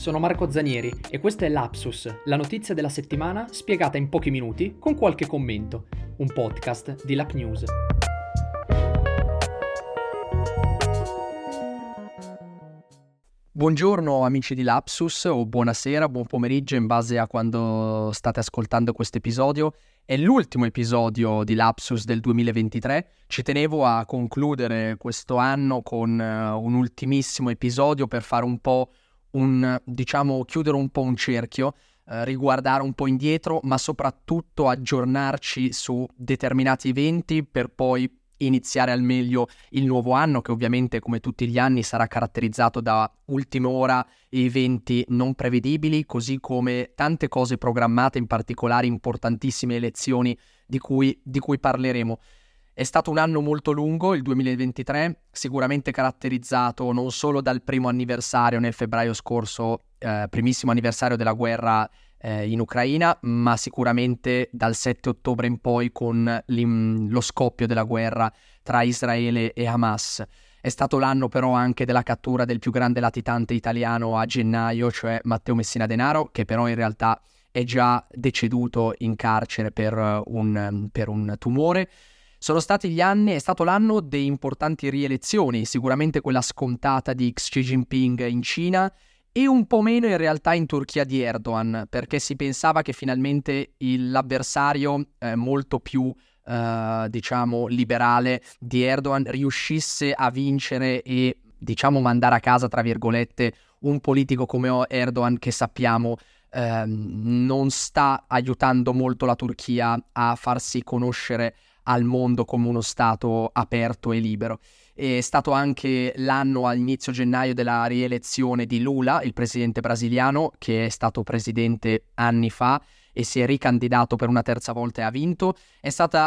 sono Marco Zanieri e questo è Lapsus, la notizia della settimana spiegata in pochi minuti con qualche commento, un podcast di Lap News. Buongiorno amici di Lapsus, o buonasera, buon pomeriggio in base a quando state ascoltando questo episodio. È l'ultimo episodio di Lapsus del 2023. Ci tenevo a concludere questo anno con un ultimissimo episodio per fare un po' chiudere un po' un cerchio, riguardare un po' indietro, ma soprattutto aggiornarci su determinati eventi per poi iniziare al meglio il nuovo anno, che ovviamente come tutti gli anni sarà caratterizzato da ultima ora eventi non prevedibili, così come tante cose programmate, in particolare importantissime elezioni di cui parleremo. È stato un anno molto lungo, il 2023, sicuramente caratterizzato non solo dal primo anniversario nel febbraio scorso, primissimo anniversario della guerra in Ucraina, ma sicuramente dal 7 ottobre in poi con lo scoppio della guerra tra Israele e Hamas. È stato l'anno però anche della cattura del più grande latitante italiano a gennaio, cioè Matteo Messina Denaro, che però in realtà è già deceduto in carcere per un tumore. Sono stati gli anni, è stato l'anno di importanti rielezioni, sicuramente quella scontata di Xi Jinping in Cina, e un po' meno in realtà in Turchia di Erdogan, perché si pensava che finalmente l'avversario molto più liberale di Erdogan riuscisse a vincere e mandare a casa, tra virgolette, un politico come Erdogan, che sappiamo non sta aiutando molto la Turchia a farsi conoscere al mondo come uno stato aperto e libero. È stato anche l'anno all'inizio gennaio della rielezione di Lula, il presidente brasiliano, che è stato presidente anni fa e si è ricandidato per una terza volta e ha vinto. È stato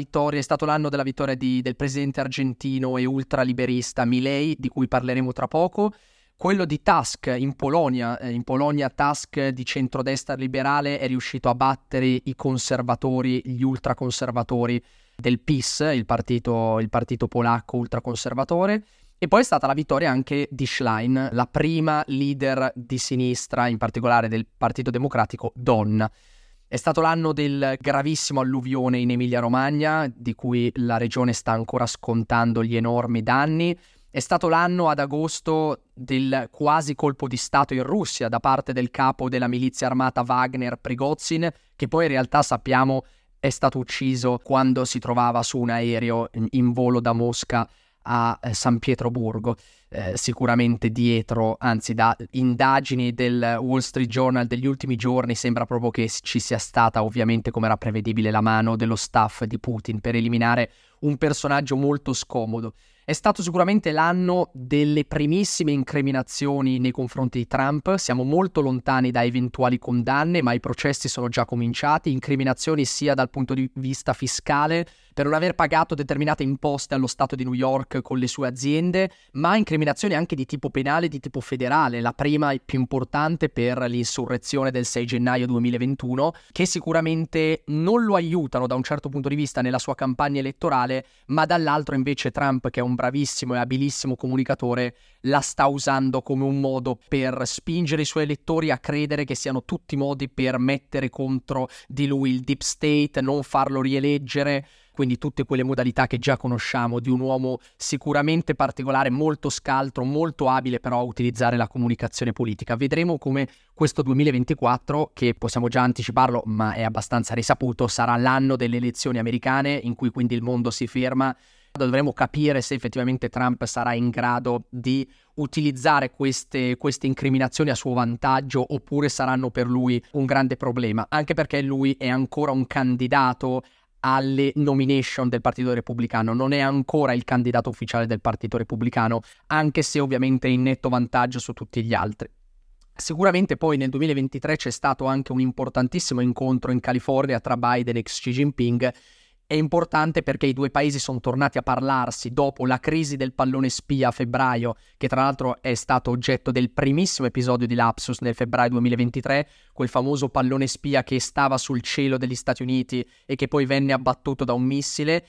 l'anno della vittoria del presidente argentino e ultraliberista Milei, di cui parleremo tra poco. Quello di Tusk in Polonia. In Polonia Tusk di centrodestra liberale è riuscito a battere i conservatori, gli ultraconservatori del PiS, il partito polacco ultraconservatore. E poi è stata la vittoria anche di Schlein, la prima leader di sinistra, in particolare del Partito Democratico, donna. È stato l'anno del gravissimo alluvione in Emilia-Romagna, di cui la regione sta ancora scontando gli enormi danni. È stato l'anno ad agosto del quasi colpo di stato in Russia da parte del capo della milizia armata Wagner, Prigozhin, che poi in realtà sappiamo è stato ucciso quando si trovava su un aereo in volo da Mosca a San Pietroburgo. Sicuramente dietro, anzi da indagini del Wall Street Journal degli ultimi giorni, sembra proprio che ci sia stata, ovviamente come era prevedibile, la mano dello staff di Putin per eliminare un personaggio molto scomodo. È stato sicuramente l'anno delle primissime incriminazioni nei confronti di Trump. Siamo molto lontani da eventuali condanne, ma i processi sono già cominciati. Incriminazioni sia dal punto di vista fiscale, per non aver pagato determinate imposte allo Stato di New York con le sue aziende, ma incriminazioni anche di tipo penale, di tipo federale. La prima e più importante per l'insurrezione del 6 gennaio 2021, che sicuramente non lo aiutano da un certo punto di vista nella sua campagna elettorale, ma dall'altro invece Trump, che è un bravissimo e abilissimo comunicatore, la sta usando come un modo per spingere i suoi elettori a credere che siano tutti modi per mettere contro di lui il deep state, non farlo rieleggere. Quindi tutte quelle modalità che già conosciamo di un uomo sicuramente particolare, molto scaltro, molto abile però a utilizzare la comunicazione politica. Vedremo come questo 2024, che possiamo già anticiparlo ma è abbastanza risaputo, sarà l'anno delle elezioni americane, in cui quindi il mondo si ferma. Dovremo capire se effettivamente Trump sarà in grado di utilizzare queste incriminazioni a suo vantaggio oppure saranno per lui un grande problema, anche perché lui è ancora un candidato alle nomination del Partito Repubblicano, non è ancora il candidato ufficiale del Partito Repubblicano, anche se ovviamente è in netto vantaggio su tutti gli altri. Sicuramente poi nel 2023 c'è stato anche un importantissimo incontro in California tra Biden e Xi Jinping. È importante perché i due paesi sono tornati a parlarsi dopo la crisi del pallone spia a febbraio, che tra l'altro è stato oggetto del primissimo episodio di Lapsus nel febbraio 2023, quel famoso pallone spia che stava sul cielo degli Stati Uniti e che poi venne abbattuto da un missile.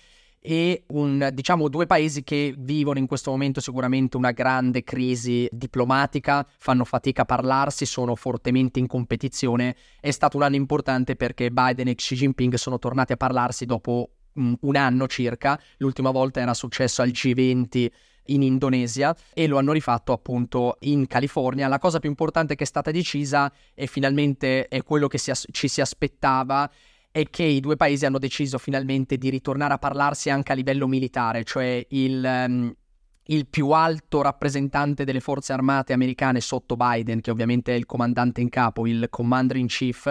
e diciamo due paesi che vivono in questo momento sicuramente una grande crisi diplomatica, fanno fatica a parlarsi, sono fortemente in competizione. È stato un anno importante perché Biden e Xi Jinping sono tornati a parlarsi dopo un anno circa. L'ultima volta era successo al G20 in Indonesia e lo hanno rifatto appunto in California. La cosa più importante che è stata decisa e finalmente è quello che ci si aspettava, è che i due paesi hanno deciso finalmente di ritornare a parlarsi anche a livello militare, cioè il più alto rappresentante delle forze armate americane sotto Biden, che ovviamente è il comandante in capo, il commander in chief,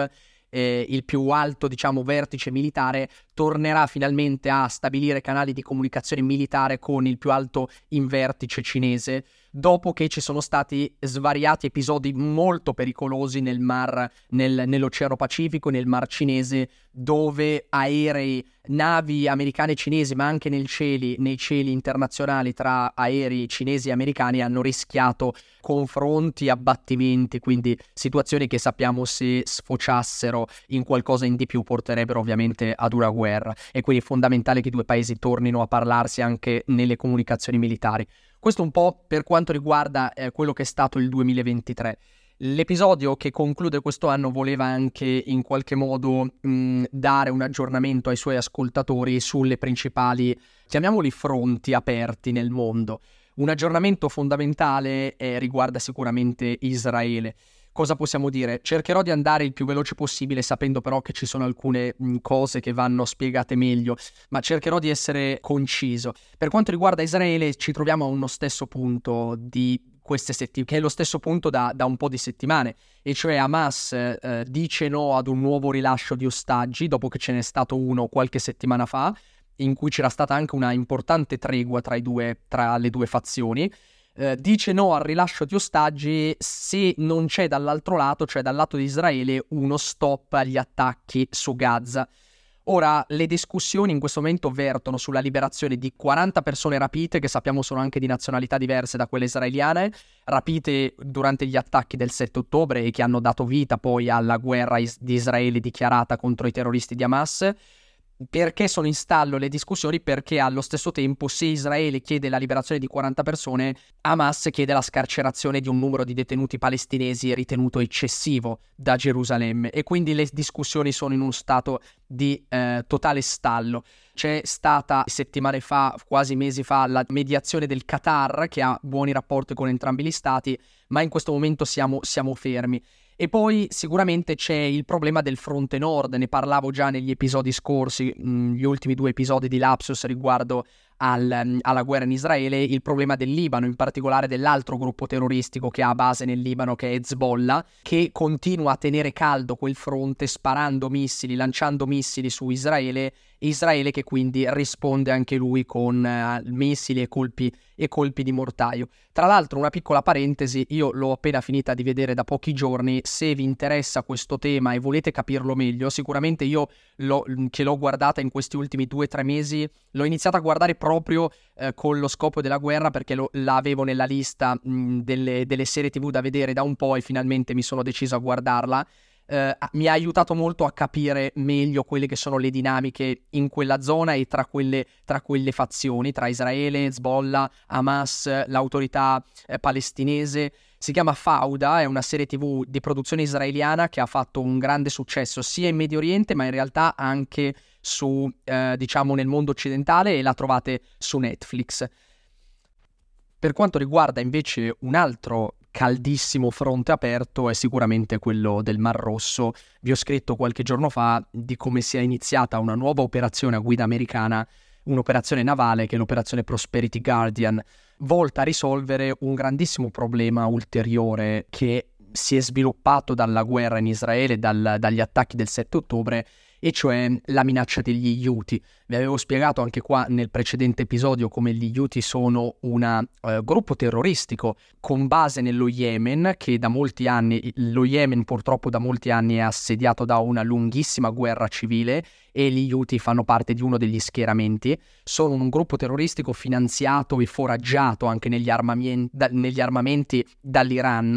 il più alto, diciamo, vertice militare, tornerà finalmente a stabilire canali di comunicazione militare con il più alto in vertice cinese, dopo che ci sono stati svariati episodi molto pericolosi nell'Oceano Pacifico, nel Mar Cinese, dove aerei, navi americane e cinesi, ma anche nei cieli internazionali tra aerei cinesi e americani hanno rischiato confronti, abbattimenti, quindi situazioni che sappiamo se sfociassero in qualcosa in di più porterebbero ovviamente ad una guerra, e quindi è fondamentale che i due paesi tornino a parlarsi anche nelle comunicazioni militari. Questo un po' per quanto riguarda quello che è stato il 2023. L'episodio che conclude questo anno voleva anche in qualche modo dare un aggiornamento ai suoi ascoltatori sulle principali, chiamiamoli, fronti aperti nel mondo. Un aggiornamento fondamentale riguarda sicuramente Israele. Cosa possiamo dire? Cercherò di andare il più veloce possibile, sapendo però che ci sono alcune cose che vanno spiegate meglio, ma cercherò di essere conciso. Per quanto riguarda Israele, ci troviamo a uno stesso punto di queste settimane, che è lo stesso punto da un po' di settimane, e cioè Hamas dice no ad un nuovo rilascio di ostaggi, dopo che ce n'è stato uno qualche settimana fa, in cui c'era stata anche una importante tregua tra le due fazioni. Dice no al rilascio di ostaggi se non c'è dall'altro lato, cioè dal lato di Israele, uno stop agli attacchi su Gaza. Ora, le discussioni in questo momento vertono sulla liberazione di 40 persone rapite, che sappiamo sono anche di nazionalità diverse da quelle israeliane, rapite durante gli attacchi del 7 ottobre e che hanno dato vita poi alla guerra di Israele dichiarata contro i terroristi di Hamas. Perché sono in stallo le discussioni? Perché allo stesso tempo, se Israele chiede la liberazione di 40 persone, Hamas chiede la scarcerazione di un numero di detenuti palestinesi ritenuto eccessivo da Gerusalemme, e quindi le discussioni sono in uno stato di totale stallo. C'è stata settimane fa, quasi mesi fa, la mediazione del Qatar, che ha buoni rapporti con entrambi gli stati, ma in questo momento siamo fermi. E poi sicuramente c'è il problema del fronte nord, ne parlavo già negli episodi scorsi, gli ultimi 2 episodi di Lapsus riguardo alla guerra in Israele, il problema del Libano, in particolare dell'altro gruppo terroristico che ha base nel Libano, che è Hezbollah, che continua a tenere caldo quel fronte sparando missili, lanciando missili su Israele che quindi risponde anche lui con missili e colpi di mortaio. Tra l'altro, una piccola parentesi, io l'ho appena finita di vedere da pochi giorni. Se vi interessa questo tema e volete capirlo meglio, sicuramente io che l'ho guardata in questi ultimi 2-3 mesi, l'ho iniziata a guardare proprio con lo scopo della guerra, perché la avevo nella lista delle serie TV da vedere da un po' e finalmente mi sono deciso a guardarla. Mi ha aiutato molto a capire meglio quelle che sono le dinamiche in quella zona e tra quelle fazioni, tra Israele, Hezbollah, Hamas, l'autorità palestinese. Si chiama Fauda, è una serie TV di produzione israeliana che ha fatto un grande successo sia in Medio Oriente, ma in realtà anche diciamo nel mondo occidentale, e la trovate su Netflix. Per quanto riguarda invece un altro caldissimo fronte aperto, è sicuramente quello del Mar Rosso. Vi ho scritto qualche giorno fa di come sia iniziata una nuova operazione a guida americana, un'operazione navale che è l'operazione Prosperity Guardian, volta a risolvere un grandissimo problema ulteriore che si è sviluppato dalla guerra in Israele, dagli attacchi del 7 ottobre, e cioè la minaccia degli Houthi. Vi avevo spiegato anche qua nel precedente episodio come gli Houthi sono un gruppo terroristico con base nello Yemen, che da molti anni, lo Yemen purtroppo da molti anni è assediato da una lunghissima guerra civile, e gli Houthi fanno parte di uno degli schieramenti. Sono un gruppo terroristico finanziato e foraggiato anche negli armamenti dall'Iran.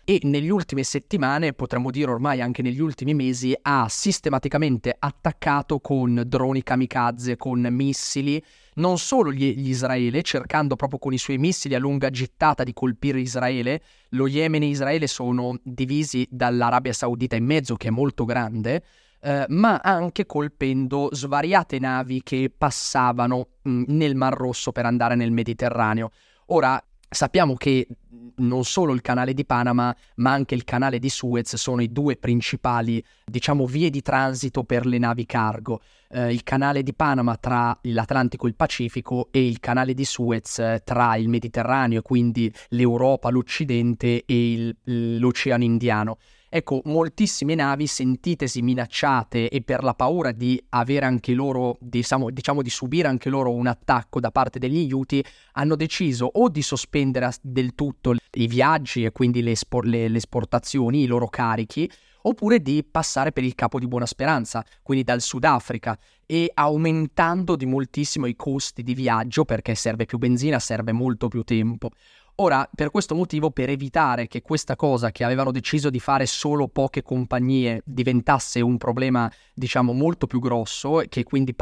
e negli ultime settimane, potremmo dire ormai anche negli ultimi mesi, ha sistematicamente attaccato con droni kamikaze, con missili, non solo gli Israele, cercando proprio con i suoi missili a lunga gittata di colpire Israele. Lo Yemen e Israele sono divisi dall'Arabia Saudita in mezzo, che è molto grande, ma anche colpendo svariate navi che passavano nel Mar Rosso per andare nel Mediterraneo. Ora, sappiamo che non solo il canale di Panama, ma anche il canale di Suez sono i due principali, diciamo, vie di transito per le navi cargo. Il canale di Panama tra l'Atlantico e il Pacifico e il canale di Suez tra il Mediterraneo, e quindi l'Europa, l'Occidente e l'Oceano Indiano. Ecco, moltissime navi, sentitesi minacciate e per la paura di avere anche loro, diciamo di subire anche loro un attacco da parte degli Houthi, hanno deciso o di sospendere del tutto i viaggi e quindi le esportazioni, i loro carichi, oppure di passare per il Capo di Buona Speranza, quindi dal Sudafrica, e aumentando di moltissimo i costi di viaggio perché serve più benzina, serve molto più tempo. Ora, per questo motivo, per evitare che questa cosa che avevano deciso di fare solo poche compagnie diventasse un problema, diciamo, molto più grosso, che quindi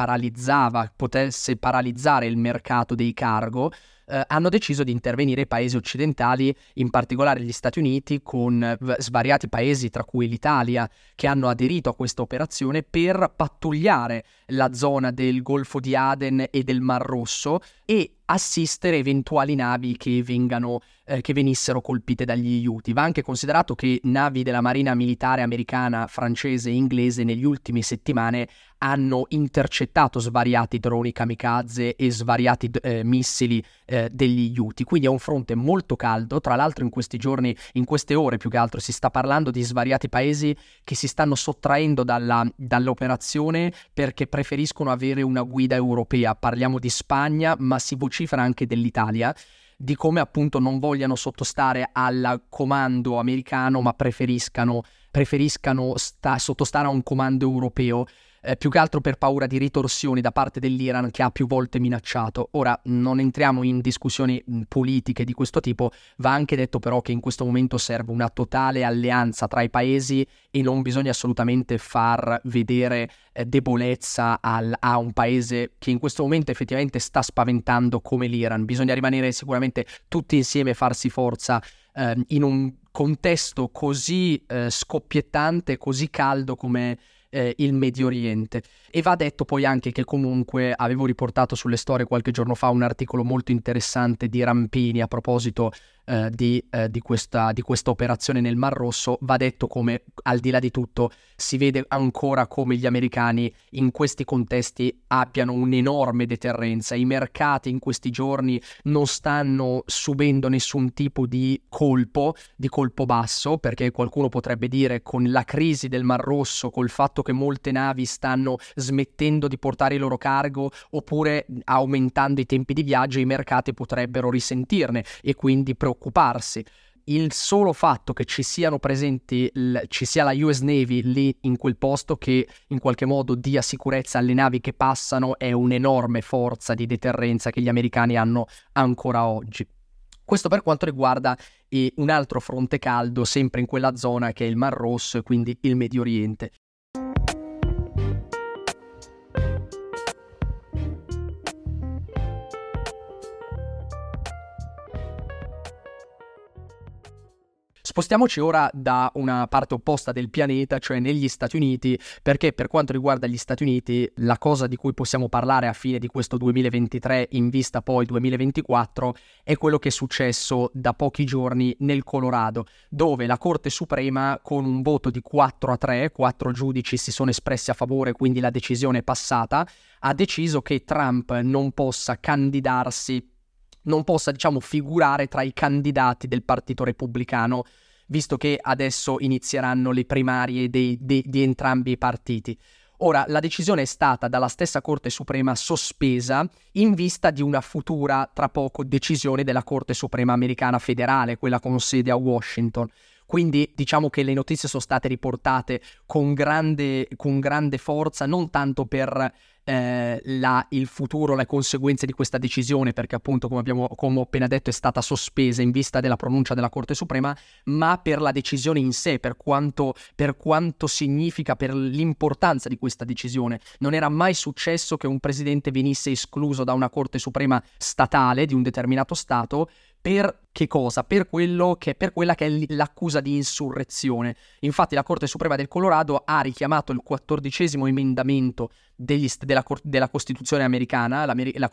potesse paralizzare il mercato dei cargo, hanno deciso di intervenire i paesi occidentali, in particolare gli Stati Uniti, con svariati paesi, tra cui l'Italia, che hanno aderito a questa operazione per pattugliare la zona del Golfo di Aden e del Mar Rosso e assistere eventuali navi che venissero colpite dagli Houthi. Va anche considerato che navi della Marina Militare americana, francese e inglese negli ultimi settimane hanno intercettato svariati droni kamikaze e svariati missili degli Houthi. Quindi è un fronte molto caldo. Tra l'altro in questi giorni, in queste ore più che altro, si sta parlando di svariati paesi che si stanno sottraendo dall'operazione perché preferiscono avere una guida europea. Parliamo di Spagna, ma si vocifera anche dell'Italia, di come appunto non vogliano sottostare al comando americano, ma preferiscano sottostare a un comando europeo, più che altro per paura di ritorsioni da parte dell'Iran, che ha più volte minacciato. Ora, non entriamo in discussioni politiche di questo tipo, va anche detto però che in questo momento serve una totale alleanza tra i paesi e non bisogna assolutamente far vedere debolezza a un paese che in questo momento effettivamente sta spaventando come l'Iran. Bisogna rimanere sicuramente tutti insieme e farsi forza in un contesto così scoppiettante, così caldo come il Medio Oriente. E va detto poi anche che comunque avevo riportato sulle storie qualche giorno fa un articolo molto interessante di Rampini a proposito di questa operazione nel Mar Rosso. Va detto come, al di là di tutto, si vede ancora come gli americani in questi contesti abbiano un'enorme deterrenza. I mercati in questi giorni non stanno subendo nessun tipo di colpo basso, perché qualcuno potrebbe dire, con la crisi del Mar Rosso, col fatto che molte navi stanno smettendo di portare il loro cargo oppure aumentando i tempi di viaggio, i mercati potrebbero risentirne e quindi preoccuparsi. Il solo fatto che ci sia la US Navy lì in quel posto, che in qualche modo dia sicurezza alle navi che passano, è un'enorme forza di deterrenza che gli americani hanno ancora oggi. Questo per quanto riguarda un altro fronte caldo sempre in quella zona, che è il Mar Rosso e quindi il Medio Oriente. Spostiamoci ora da una parte opposta del pianeta, cioè negli Stati Uniti, perché per quanto riguarda gli Stati Uniti, la cosa di cui possiamo parlare a fine di questo 2023 in vista poi 2024 è quello che è successo da pochi giorni nel Colorado, dove la Corte Suprema, con un voto di 4-3, 4 giudici si sono espressi a favore, quindi la decisione è passata, ha deciso che Trump non possa diciamo figurare tra i candidati del Partito Repubblicano, visto che adesso inizieranno le primarie di entrambi i partiti. Ora, la decisione è stata dalla stessa Corte Suprema sospesa in vista di una futura, tra poco, decisione della Corte Suprema americana federale, quella con sede a Washington. Quindi diciamo che le notizie sono state riportate con grande forza, non tanto per il futuro, le conseguenze di questa decisione, perché appunto come ho appena detto è stata sospesa in vista della pronuncia della Corte Suprema, ma per la decisione in sé, per quanto significa, per l'importanza di questa decisione. Non era mai successo che un presidente venisse escluso da una Corte Suprema statale di un determinato stato. Per che cosa? Per quella che è l'accusa di insurrezione. Infatti la Corte Suprema del Colorado ha richiamato il 14° emendamento della Costituzione americana.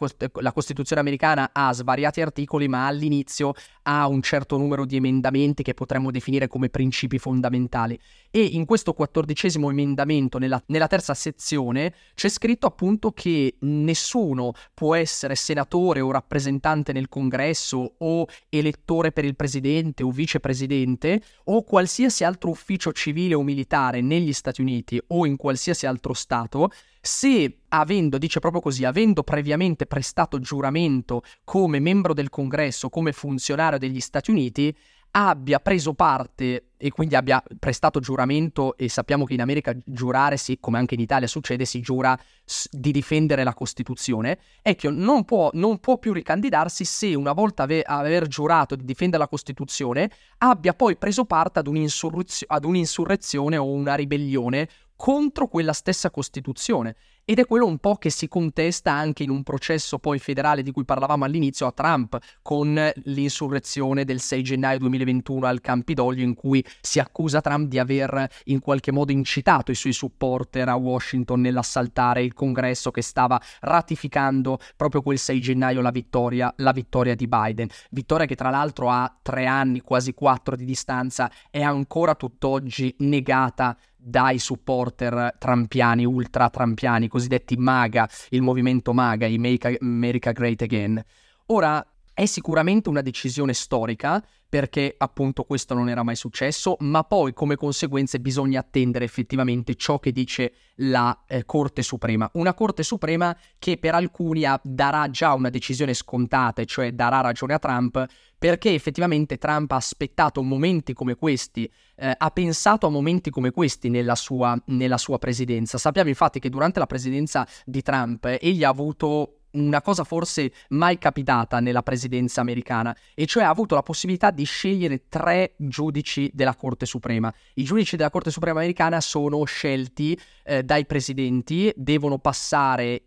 La Costituzione americana ha svariati articoli, ma all'inizio ha un certo numero di emendamenti che potremmo definire come principi fondamentali. E in questo 14° emendamento, nella terza sezione, c'è scritto appunto che nessuno può essere senatore o rappresentante nel Congresso o elettore per il presidente o vicepresidente o qualsiasi altro ufficio civile o militare negli Stati Uniti o in qualsiasi altro stato, se dice proprio così, avendo previamente prestato giuramento come membro del Congresso, come funzionario degli Stati Uniti, abbia preso parte e quindi abbia prestato giuramento, e sappiamo che in America giurare, come anche in Italia succede, si giura di difendere la Costituzione. Ecco, non può più ricandidarsi se una volta aver giurato di difendere la Costituzione abbia poi preso parte ad un'insurrezione o una ribellione contro quella stessa Costituzione. Ed è quello un po' che si contesta anche in un processo poi federale di cui parlavamo all'inizio a Trump, con l'insurrezione del 6 gennaio 2021 al Campidoglio, in cui si accusa Trump di aver in qualche modo incitato i suoi supporter a Washington nell'assaltare il Congresso che stava ratificando proprio quel 6 gennaio la vittoria di Biden. Vittoria che tra l'altro a 3 anni, quasi 4 di distanza, è ancora tutt'oggi negata dai supporter trampiani, ultra trampiani, cosiddetti MAGA, il movimento MAGA, i Make America Great Again. Ora, è sicuramente una decisione storica, perché appunto questo non era mai successo, ma poi come conseguenze bisogna attendere effettivamente ciò che dice la Corte Suprema. Una Corte Suprema che per alcuni darà già una decisione scontata, cioè darà ragione a Trump, perché effettivamente Trump ha aspettato momenti come questi, ha pensato a momenti come questi nella sua presidenza. Sappiamo infatti che durante la presidenza di Trump egli ha avuto una cosa forse mai capitata nella presidenza americana, e cioè ha avuto la possibilità di scegliere 3 giudici della Corte Suprema. I giudici della Corte Suprema americana sono scelti dai presidenti, devono passare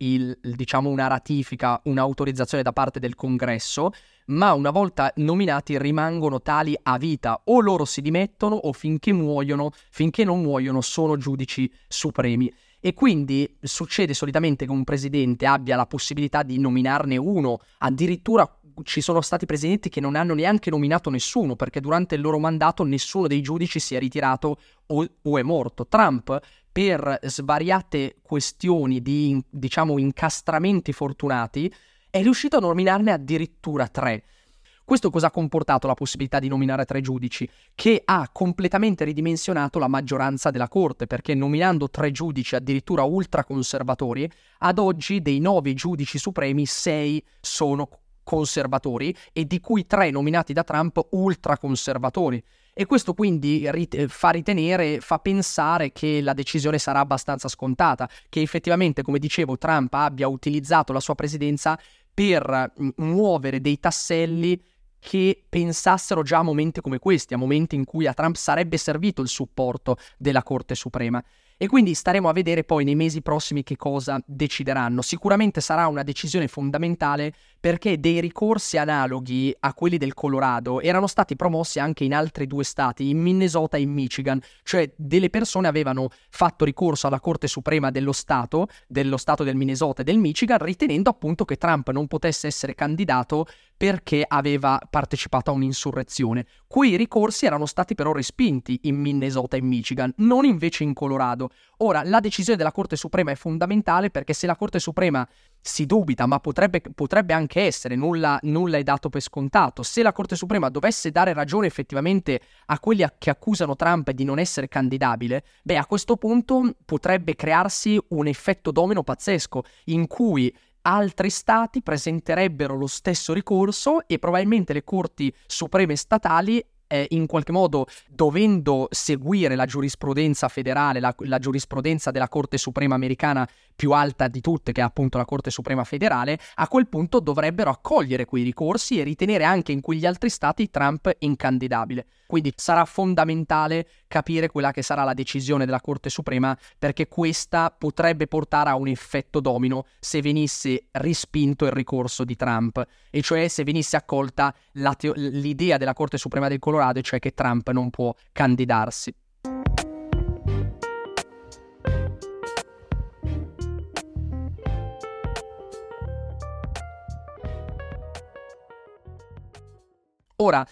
una ratifica, un'autorizzazione da parte del Congresso, ma una volta nominati rimangono tali a vita, o loro si dimettono o finché non muoiono sono giudici supremi. E quindi succede solitamente che un presidente abbia la possibilità di nominarne uno, addirittura ci sono stati presidenti che non hanno neanche nominato nessuno, perché durante il loro mandato nessuno dei giudici si è ritirato o è morto. Trump, per svariate questioni di, incastramenti fortunati, è riuscito a nominarne addirittura 3. Questo cosa ha comportato la possibilità di nominare 3 giudici? Che ha completamente ridimensionato la maggioranza della Corte, perché nominando 3 giudici addirittura ultraconservatori, ad oggi dei 9 giudici supremi 6 sono conservatori, e di cui 3 nominati da Trump ultraconservatori. E questo quindi fa pensare che la decisione sarà abbastanza scontata, che effettivamente, come dicevo, Trump abbia utilizzato la sua presidenza per muovere dei tasselli che pensassero già a momenti come questi, a momenti in cui a Trump sarebbe servito il supporto della Corte Suprema. E quindi staremo a vedere poi nei mesi prossimi che cosa decideranno. Sicuramente sarà una decisione fondamentale, perché dei ricorsi analoghi a quelli del Colorado erano stati promossi anche in altri 2 stati, in Minnesota e in Michigan, cioè delle persone avevano fatto ricorso alla Corte Suprema dello Stato del Minnesota e del Michigan, ritenendo appunto che Trump non potesse essere candidato perché aveva partecipato a un'insurrezione. Quei ricorsi erano stati però respinti in Minnesota e Michigan, non invece in Colorado. Ora, la decisione della Corte Suprema è fondamentale, perché se la Corte Suprema si dubita, ma potrebbe anche essere, nulla è dato per scontato, se la Corte Suprema dovesse dare ragione effettivamente a quelli che accusano Trump di non essere candidabile, a questo punto potrebbe crearsi un effetto domino pazzesco, in cui altri stati presenterebbero lo stesso ricorso e probabilmente le corti supreme statali in qualche modo dovendo seguire la giurisprudenza federale, la giurisprudenza della Corte Suprema americana più alta di tutte, che è appunto la Corte Suprema federale, a quel punto dovrebbero accogliere quei ricorsi e ritenere anche in quegli altri stati Trump incandidabile. Quindi sarà fondamentale capire quella che sarà la decisione della Corte Suprema, perché questa potrebbe portare a un effetto domino se venisse respinto il ricorso di Trump, e cioè se venisse accolta l'idea della Corte Suprema del Colorado, e cioè che Trump non può candidarsi. Ora,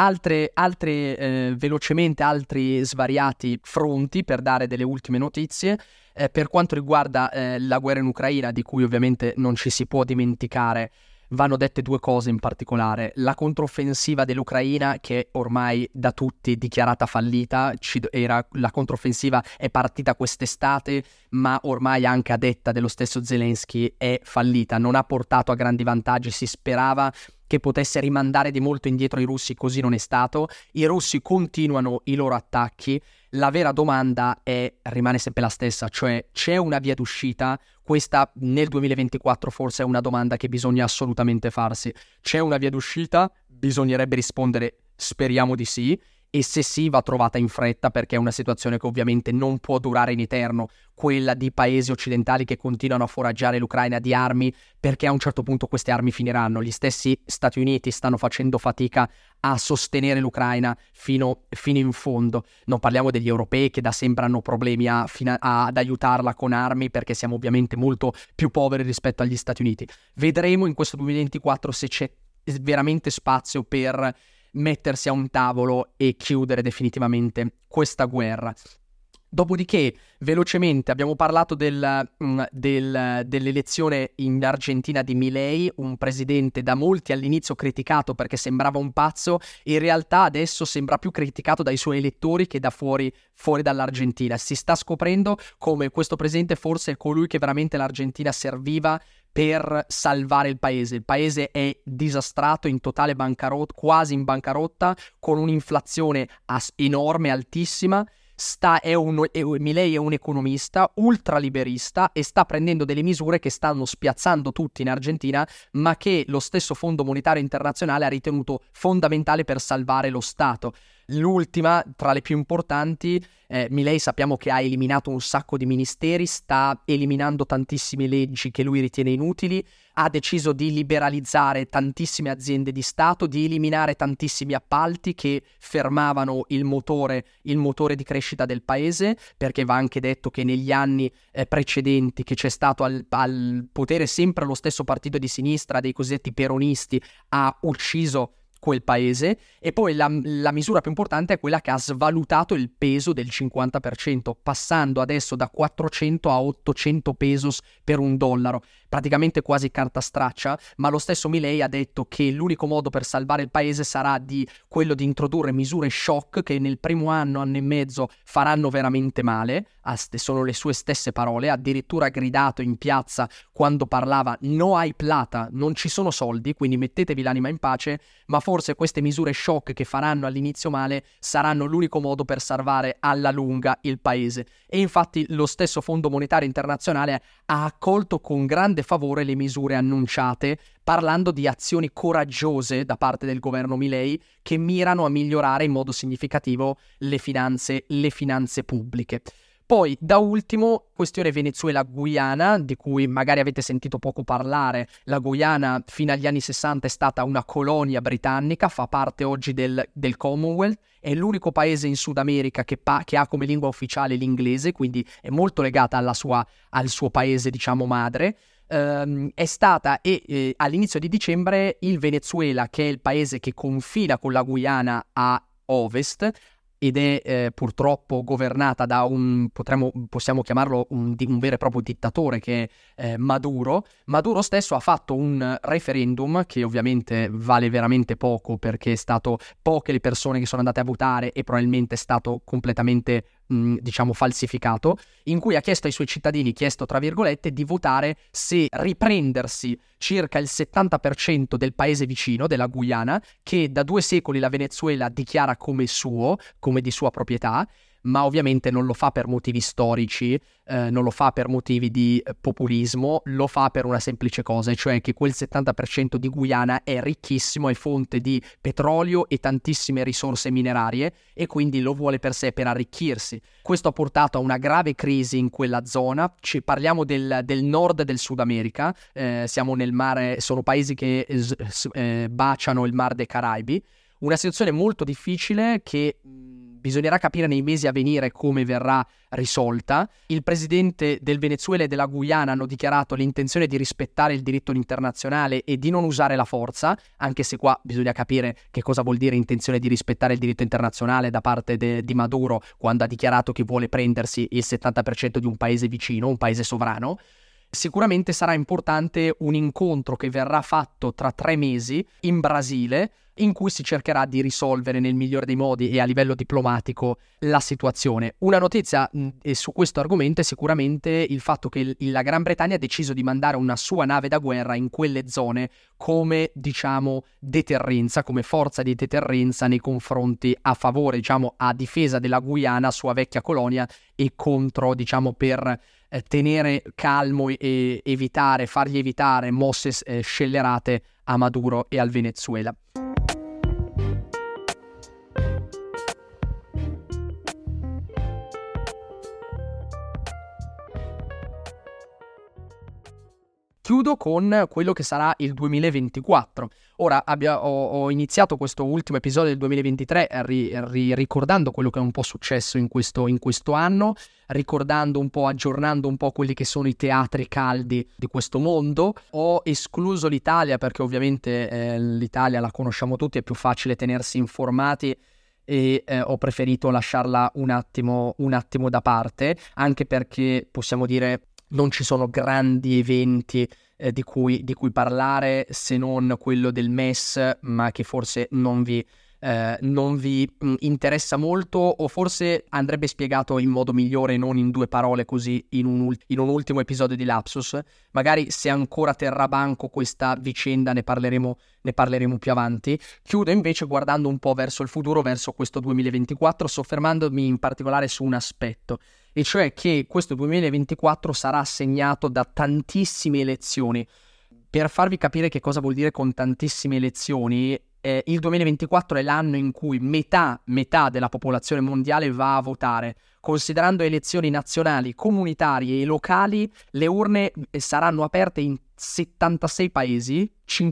velocemente altri svariati fronti per dare delle ultime notizie. Per quanto riguarda la guerra in Ucraina, di cui ovviamente non ci si può dimenticare, vanno dette due cose in particolare. La controffensiva dell'Ucraina, che ormai da tutti dichiarata fallita, la controffensiva è partita quest'estate, ma ormai anche a detta dello stesso Zelensky è fallita, non ha portato a grandi vantaggi. Si sperava che potesse rimandare di molto indietro i russi, così non è stato. I russi continuano i loro attacchi. La vera domanda rimane sempre la stessa, cioè c'è una via d'uscita? Questa nel 2024 forse è una domanda che bisogna assolutamente farsi. C'è una via d'uscita? Bisognerebbe rispondere speriamo di sì, e se sì va trovata in fretta, perché è una situazione che ovviamente non può durare in eterno, quella di paesi occidentali che continuano a foraggiare l'Ucraina di armi, perché a un certo punto queste armi finiranno. Gli stessi Stati Uniti stanno facendo fatica a sostenere l'Ucraina fino in fondo. Non parliamo degli europei, che da sempre hanno problemi ad aiutarla con armi, perché siamo ovviamente molto più poveri rispetto agli Stati Uniti. Vedremo in questo 2024 se c'è veramente spazio per mettersi a un tavolo e chiudere definitivamente questa guerra. Dopodiché, velocemente, abbiamo parlato dell'elezione in Argentina di Milei, un presidente da molti all'inizio criticato perché sembrava un pazzo. In realtà adesso sembra più criticato dai suoi elettori che da fuori dall'Argentina. Si sta scoprendo come questo presidente forse è colui che veramente l'Argentina serviva per salvare il paese. Il paese è disastrato, in totale bancarotta, quasi in bancarotta, con un'inflazione enorme, altissima. Milei è un economista ultraliberista e sta prendendo delle misure che stanno spiazzando tutti in Argentina, ma che lo stesso Fondo Monetario Internazionale ha ritenuto fondamentale per salvare lo Stato. L'ultima, tra le più importanti, Milei sappiamo che ha eliminato un sacco di ministeri, sta eliminando tantissime leggi che lui ritiene inutili, ha deciso di liberalizzare tantissime aziende di Stato, di eliminare tantissimi appalti che fermavano il motore di crescita del paese, perché va anche detto che negli anni precedenti, che c'è stato al potere sempre lo stesso partito di sinistra, dei cosiddetti peronisti, ha ucciso quel paese. E poi la misura più importante è quella che ha svalutato il peso del 50%, passando adesso da 400 a 800 pesos per $1, praticamente quasi carta straccia. Ma lo stesso Milei ha detto che l'unico modo per salvare il paese sarà quello di introdurre misure shock che nel primo anno e mezzo faranno veramente male. Sono le sue stesse parole, addirittura ha gridato in piazza quando parlava: no hay plata, non ci sono soldi, quindi mettetevi l'anima in pace. Ma forse queste misure shock che faranno all'inizio male saranno l'unico modo per salvare alla lunga il paese. E infatti lo stesso Fondo Monetario Internazionale ha accolto con grande favore le misure annunciate, parlando di azioni coraggiose da parte del governo Milei che mirano a migliorare in modo significativo le finanze pubbliche. Poi, da ultimo, questione Venezuela-Guyana, di cui magari avete sentito poco parlare. La Guyana fino agli anni 60 è stata una colonia britannica, fa parte oggi del Commonwealth, è l'unico paese in Sud America che ha come lingua ufficiale l'inglese, quindi è molto legata al suo paese, diciamo, madre. È stata all'inizio di dicembre il Venezuela, che è il paese che confina con la Guyana a ovest, ed è purtroppo governata da possiamo chiamarlo un vero e proprio dittatore, che è Maduro. Maduro stesso ha fatto un referendum che ovviamente vale veramente poco, perché è stato poche le persone che sono andate a votare e probabilmente è stato completamente diciamo falsificato, in cui ha chiesto ai suoi cittadini, chiesto tra virgolette, di votare se riprendersi circa il 70% del paese vicino, della Guyana, che da 2 secoli la Venezuela dichiara come suo, come di sua proprietà, ma ovviamente non lo fa per motivi storici, non lo fa per motivi di populismo, lo fa per una semplice cosa, e cioè che quel 70% di Guyana è ricchissimo, è fonte di petrolio e tantissime risorse minerarie, e quindi lo vuole per sé, per arricchirsi. Questo ha portato a una grave crisi in quella zona. Parliamo del nord del Sud America, siamo nel mare, sono paesi che baciano il Mar dei Caraibi, una situazione molto difficile che bisognerà capire nei mesi a venire come verrà risolta. Il presidente del Venezuela e della Guyana hanno dichiarato l'intenzione di rispettare il diritto internazionale e di non usare la forza, anche se qua bisogna capire che cosa vuol dire intenzione di rispettare il diritto internazionale da parte di Maduro, quando ha dichiarato che vuole prendersi il 70% di un paese vicino, un paese sovrano. Sicuramente sarà importante un incontro che verrà fatto tra 3 mesi in Brasile, in cui si cercherà di risolvere nel migliore dei modi e a livello diplomatico la situazione. Una notizia su questo argomento è sicuramente il fatto che la Gran Bretagna ha deciso di mandare una sua nave da guerra in quelle zone come, diciamo, deterrenza, come forza di deterrenza nei confronti, a favore, diciamo, a difesa della Guyana, sua vecchia colonia, e contro, diciamo, per tenere calmo e fargli evitare mosse scellerate a Maduro e al Venezuela. Chiudo con quello che sarà il 2024. Ora ho iniziato questo ultimo episodio del 2023 ricordando quello che è un po' successo in questo anno, ricordando un po', aggiornando un po' quelli che sono i teatri caldi di questo mondo. Ho escluso l'Italia perché ovviamente l'Italia la conosciamo tutti, è più facile tenersi informati, e ho preferito lasciarla un attimo da parte, anche perché possiamo dire non ci sono grandi eventi di cui parlare, se non quello del MES, ma che forse non vi interessa molto, o forse andrebbe spiegato in modo migliore, non in 2 parole così in un ultimo episodio di Lapsus. Magari, se ancora terrà banco questa vicenda, ne parleremo più avanti. Chiudo invece guardando un po' verso il futuro, verso questo 2024, soffermandomi in particolare su un aspetto, e cioè che questo 2024 sarà segnato da tantissime elezioni. Per farvi capire che cosa vuol dire con tantissime elezioni, il 2024 è l'anno in cui metà della popolazione mondiale va a votare. Considerando elezioni nazionali, comunitarie e locali, le urne saranno aperte in 76 paesi,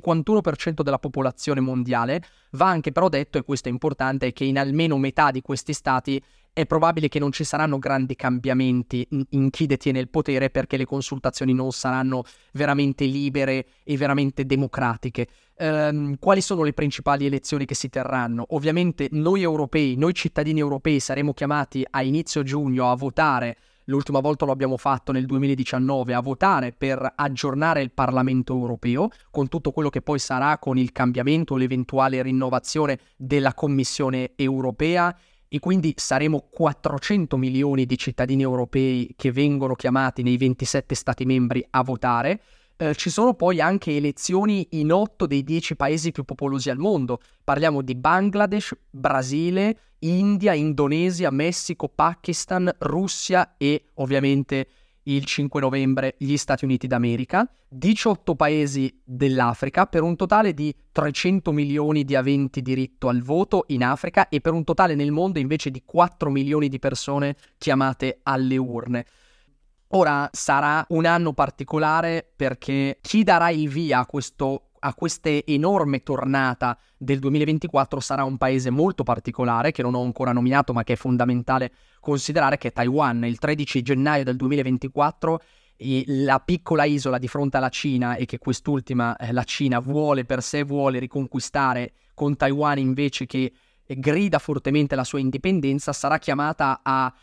51% della popolazione mondiale. Va anche però detto, e questo è importante, che in almeno metà di questi stati è probabile che non ci saranno grandi cambiamenti in chi detiene il potere, perché le consultazioni non saranno veramente libere e veramente democratiche. Quali sono le principali elezioni che si terranno? Ovviamente noi cittadini europei, saremo chiamati a inizio giugno a votare. L'ultima volta lo abbiamo fatto nel 2019, a votare per aggiornare il Parlamento europeo, con tutto quello che poi sarà con il cambiamento o l'eventuale rinnovazione della Commissione europea. E quindi saremo 400 milioni di cittadini europei che vengono chiamati nei 27 Stati membri a votare. Ci sono poi anche elezioni in 8 dei 10 paesi più popolosi al mondo. Parliamo di Bangladesh, Brasile, India, Indonesia, Messico, Pakistan, Russia e ovviamente il 5 novembre gli Stati Uniti d'America, 18 paesi dell'Africa, per un totale di 300 milioni di aventi diritto al voto in Africa, e per un totale nel mondo invece di 4 milioni di persone chiamate alle urne. Ora sarà un anno particolare perché chi darà il via a questa enorme tornata del 2024 sarà un paese molto particolare che non ho ancora nominato, ma che è fondamentale considerare, che è Taiwan. Il 13 gennaio del 2024 la piccola isola di fronte alla Cina, e che quest'ultima, la Cina, vuole riconquistare con Taiwan invece che grida fortemente la sua indipendenza, sarà chiamata a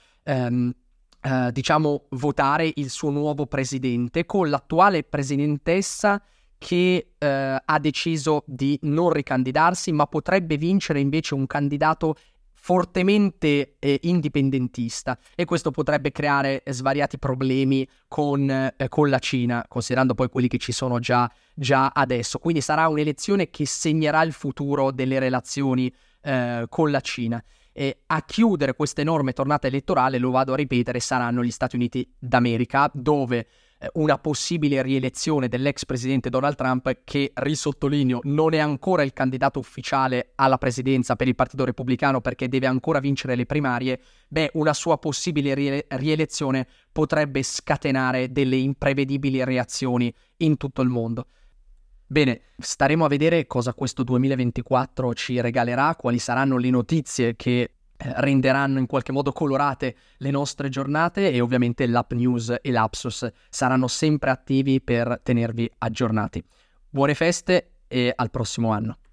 votare il suo nuovo presidente, con l'attuale presidentessa che ha deciso di non ricandidarsi, ma potrebbe vincere invece un candidato fortemente indipendentista, e questo potrebbe creare svariati problemi con la Cina, considerando poi quelli che ci sono già adesso. Quindi sarà un'elezione che segnerà il futuro delle relazioni con la Cina. E a chiudere questa enorme tornata elettorale, lo vado a ripetere, saranno gli Stati Uniti d'America, dove una possibile rielezione dell'ex presidente Donald Trump, che, risottolineo, non è ancora il candidato ufficiale alla presidenza per il Partito Repubblicano perché deve ancora vincere le primarie, una sua possibile rielezione potrebbe scatenare delle imprevedibili reazioni in tutto il mondo. Bene, staremo a vedere cosa questo 2024 ci regalerà, quali saranno le notizie che renderanno in qualche modo colorate le nostre giornate, e ovviamente l'App News e l'Apsus saranno sempre attivi per tenervi aggiornati. Buone feste e al prossimo anno.